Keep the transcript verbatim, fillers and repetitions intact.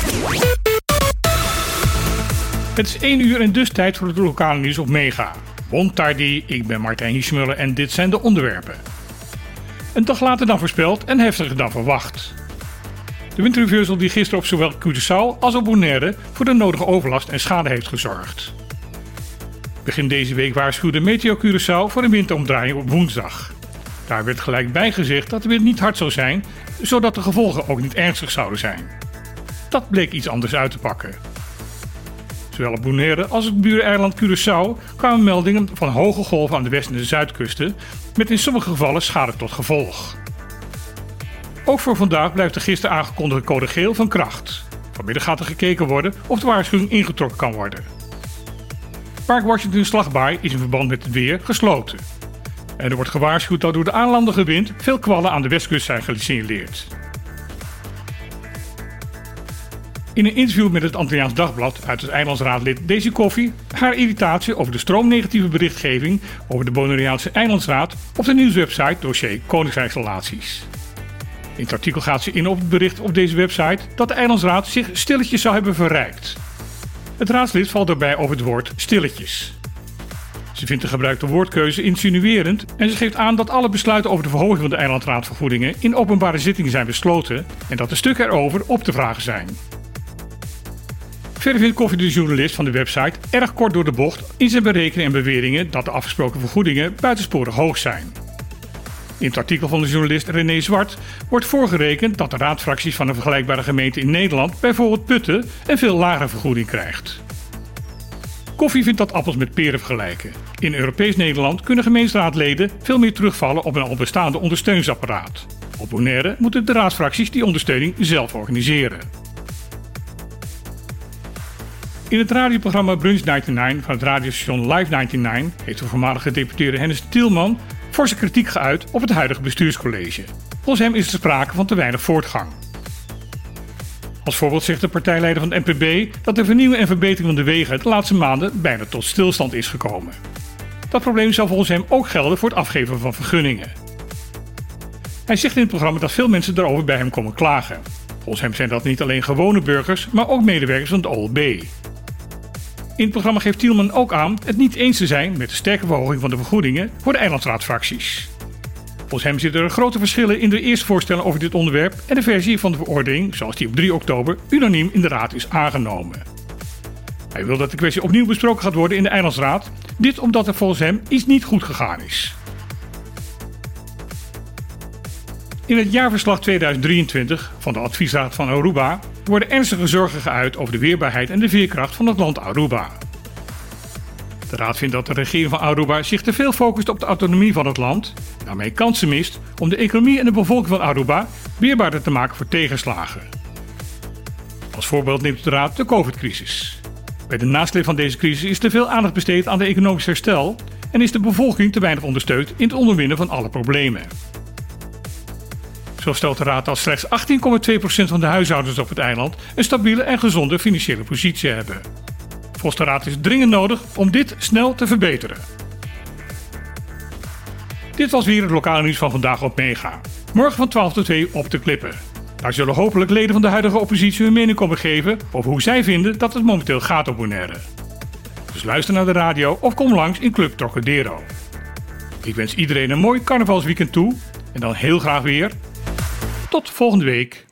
Het is één uur en dus tijd voor het lokale nieuws op Mega. Bon tardi, ik ben Martijn Hiesmuller en dit zijn de onderwerpen. Een dag later dan voorspeld en heftiger dan verwacht. De winterreversal die gisteren op zowel Curaçao als op Bonaire voor de nodige overlast en schade heeft gezorgd. Begin deze week waarschuwde Meteo Curaçao voor een winteromdraaiing op woensdag. Daar werd gelijk bij gezegd dat de wind niet hard zou zijn, zodat de gevolgen ook niet ernstig zouden zijn. Dat bleek iets anders uit te pakken. Zowel op Bonaire als op het buureiland Curaçao kwamen meldingen van hoge golven aan de west- en de zuidkusten, met in sommige gevallen schade tot gevolg. Ook voor vandaag blijft de gisteren aangekondigde code geel van kracht. Vanmiddag gaat er gekeken worden of de waarschuwing ingetrokken kan worden. Park Washington Slagbaai is in verband met het weer gesloten. En er wordt gewaarschuwd dat door de aanlandige wind veel kwallen aan de westkust zijn gesignaleerd. In een interview met het Antilliaans Dagblad uit het eilandsraadlid Daisy Koffie haar irritatie over de stroomnegatieve berichtgeving over de Bonaireaanse eilandsraad op de nieuwswebsite dossier Koninkrijksrelaties. In het artikel gaat ze in op het bericht op deze website dat de eilandsraad zich stilletjes zou hebben verrijkt. Het raadslid valt daarbij over het woord stilletjes. Ze vindt de gebruikte woordkeuze insinuerend en ze geeft aan dat alle besluiten over de verhoging van de eilandraadvergoedingen in openbare zittingen zijn besloten en dat de stukken erover op te vragen zijn. Verder vindt Koffie de journalist van de website erg kort door de bocht in zijn berekeningen en beweringen dat de afgesproken vergoedingen buitensporig hoog zijn. In het artikel van de journalist René Zwart wordt voorgerekend dat de raadfracties van een vergelijkbare gemeente in Nederland bijvoorbeeld Putten een veel lagere vergoeding krijgt. Koffie vindt dat appels met peren vergelijken. In Europees Nederland kunnen gemeenteraadleden veel meer terugvallen op een al bestaande ondersteuningsapparaat. Op Bonaire moeten de raadsfracties die ondersteuning zelf organiseren. In het radioprogramma Brunch negenennegentig van het radiostation Live negenennegentig heeft de voormalige gedeputeerde Hennis Tielman forse kritiek geuit op het huidige bestuurscollege. Volgens hem is er sprake van te weinig voortgang. Als voorbeeld zegt de partijleider van het N P B dat de vernieuwing en verbetering van de wegen de laatste maanden bijna tot stilstand is gekomen. Dat probleem zou volgens hem ook gelden voor het afgeven van vergunningen. Hij zegt in het programma dat veel mensen daarover bij hem komen klagen. Volgens hem zijn dat niet alleen gewone burgers, maar ook medewerkers van het O L B. In het programma geeft Tielman ook aan het niet eens te zijn met de sterke verhoging van de vergoedingen voor de eilandsraadfracties. Volgens hem zitten er grote verschillen in de eerste voorstellen over dit onderwerp en de versie van de verordening, zoals die op drie oktober unaniem in de raad is aangenomen. Hij wil dat de kwestie opnieuw besproken gaat worden in de eilandsraad, dit omdat er volgens hem iets niet goed gegaan is. In het jaarverslag tweeduizend drieëntwintig van de adviesraad van Aruba worden ernstige zorgen geuit over de weerbaarheid en de veerkracht van het land Aruba. De raad vindt dat de regering van Aruba zich te veel focust op de autonomie van het land en daarmee kansen mist om de economie en de bevolking van Aruba weerbaarder te maken voor tegenslagen. Als voorbeeld neemt de raad de COVID-crisis. Bij de nasleep van deze crisis is te veel aandacht besteed aan de economisch herstel en is de bevolking te weinig ondersteund in het onderwinnen van alle problemen. Zo stelt de raad dat slechts achttien komma twee procent van de huishoudens op het eiland een stabiele en gezonde financiële positie hebben. Volgens de raad is het dringend nodig om dit snel te verbeteren. Dit was weer het lokale nieuws van vandaag op Mega. Morgen van twaalf tot twee op de Klippen. Daar zullen hopelijk leden van de huidige oppositie hun mening komen geven over hoe zij vinden dat het momenteel gaat op Bonaire. Dus luister naar de radio of kom langs in Club Trocadero. Ik wens iedereen een mooi carnavalsweekend toe en dan heel graag weer. Tot volgende week.